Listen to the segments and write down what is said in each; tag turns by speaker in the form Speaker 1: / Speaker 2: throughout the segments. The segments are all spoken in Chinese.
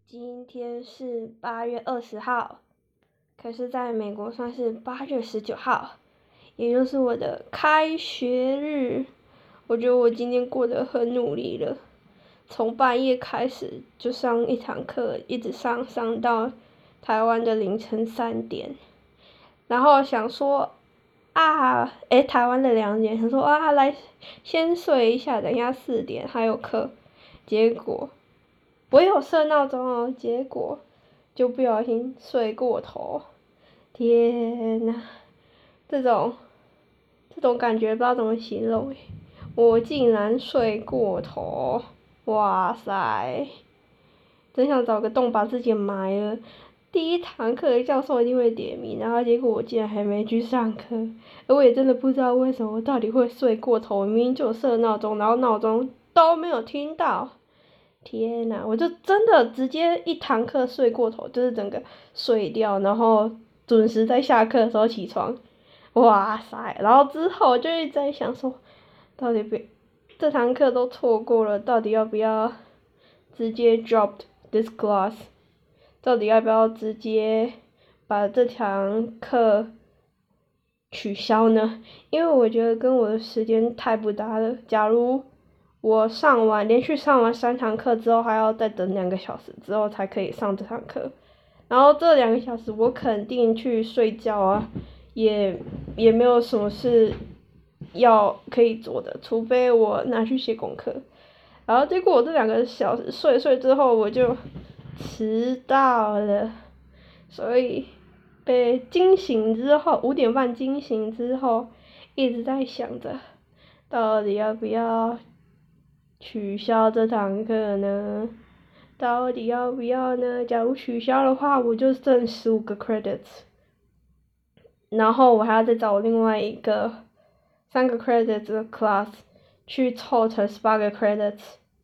Speaker 1: 今天是8月20号，可是在美国算是8月19号，也就是我的开学日。我觉得我今天过得很努力了，从半夜开始就上一堂课，一直上到台湾的凌晨3点，然后想说台湾的2点，想说来先睡一下，等一下4点还有课，结果我有设闹钟哦，结果就不小心睡过头，天呐，这种感觉不知道怎么形容我竟然睡过头，哇塞，真想找个洞把自己埋了。第一堂课的教授一定会点名，然后结果我竟然还没去上课，而我也真的不知道为什么我到底会睡过头，我明明就有设闹钟，然后闹钟都没有听到。天呐，我就真的直接一堂课睡过头，就是整个睡掉，然后准时在下课的时候起床，哇塞！然后之后就一直在想说，到底这堂课都错过了，到底要不要直接 drop this class？ 到底要不要直接把这堂课取消呢？因为我觉得跟我的时间太不搭了。假如我连续上完3堂课之后，还要再等2个小时之后才可以上这堂课，然后这2个小时我肯定去睡觉啊，也没有什么事可以做的，除非我拿去写功课。然后结果我这2个小时睡之后，我就迟到了，所以被惊醒之后，5点半惊醒之后，一直在想着，到底要不要取消这堂课呢？到底要不要呢？假如取消的话，我就剩15个 credits， 然后我还要再找另外一个3个 credits 的 class 去凑成18个 credits。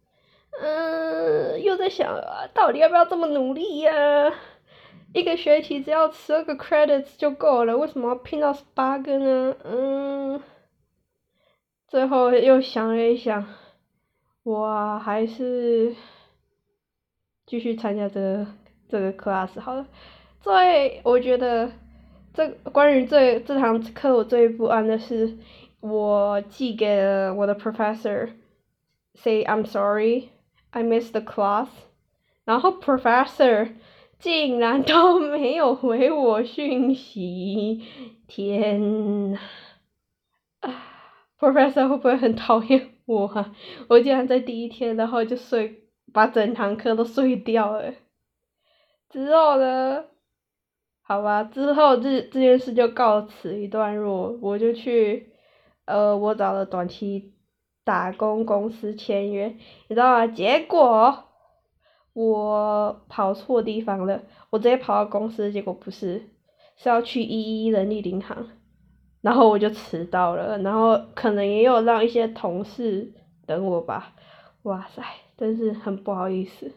Speaker 1: 又在想到底要不要这么努力呀？一个学期只要12个 credits 就够了，为什么要拼到18个呢？最后又想了一想，我还是继续参加这个 class 好了。我觉得关于这堂课我最不安的是，我寄给了我的 professor，say I'm sorry I missed the class， 然后 professor 竟然都没有回我讯息，天呐！Professor 会不会很讨厌我啊？我竟然在第一天，然后就把整堂课都睡掉了。之后呢？好吧，之后这件事就告辞一段落，我就去我找了短期打工公司签约，你知道吗？结果我跑错地方了，我直接跑到公司，结果不是，是要去11人力银行，然后我就迟到了，然后可能也有让一些同事等我吧，哇塞，真是很不好意思。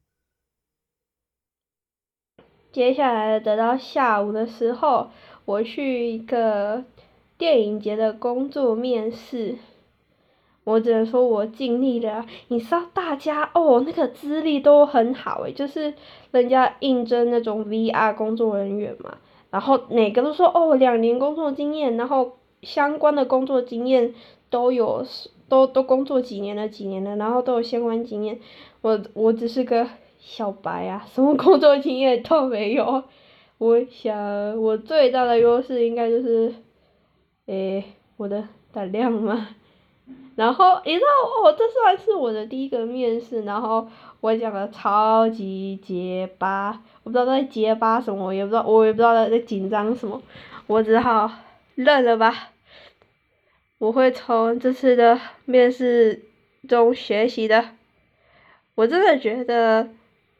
Speaker 1: 接下来等到下午的时候，我去一个电影节的工作面试，我只能说我尽力了。你知道大家那个资历都很好就是人家应征那种 VR 工作人员嘛，然后每个都说2年工作经验，然后相关的工作经验都有，都工作几年了，然后都有相关经验。我只是个小白啊，什么工作经验都没有。我想我最大的优势应该就是我的胆量嘛。然后你知道这算是我的第一个面试，然后我讲的超级结巴，我不知道在结巴什么，我也不知道在紧张什么，我只好认了吧。我会从这次的面试中学习的。我真的觉得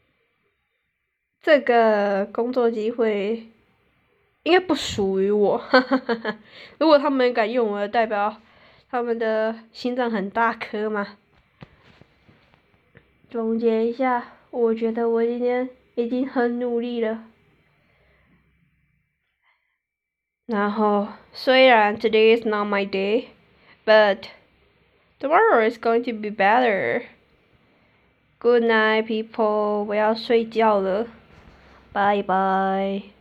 Speaker 1: 这个工作机会应该不属于我，如果他们敢用我，代表他们的心脏很大颗嘛。总结一下，我觉得我今天已经很努力了。然后虽然 today is not my day，but tomorrow is going to be better。 Good night, people，我要睡觉了，拜拜。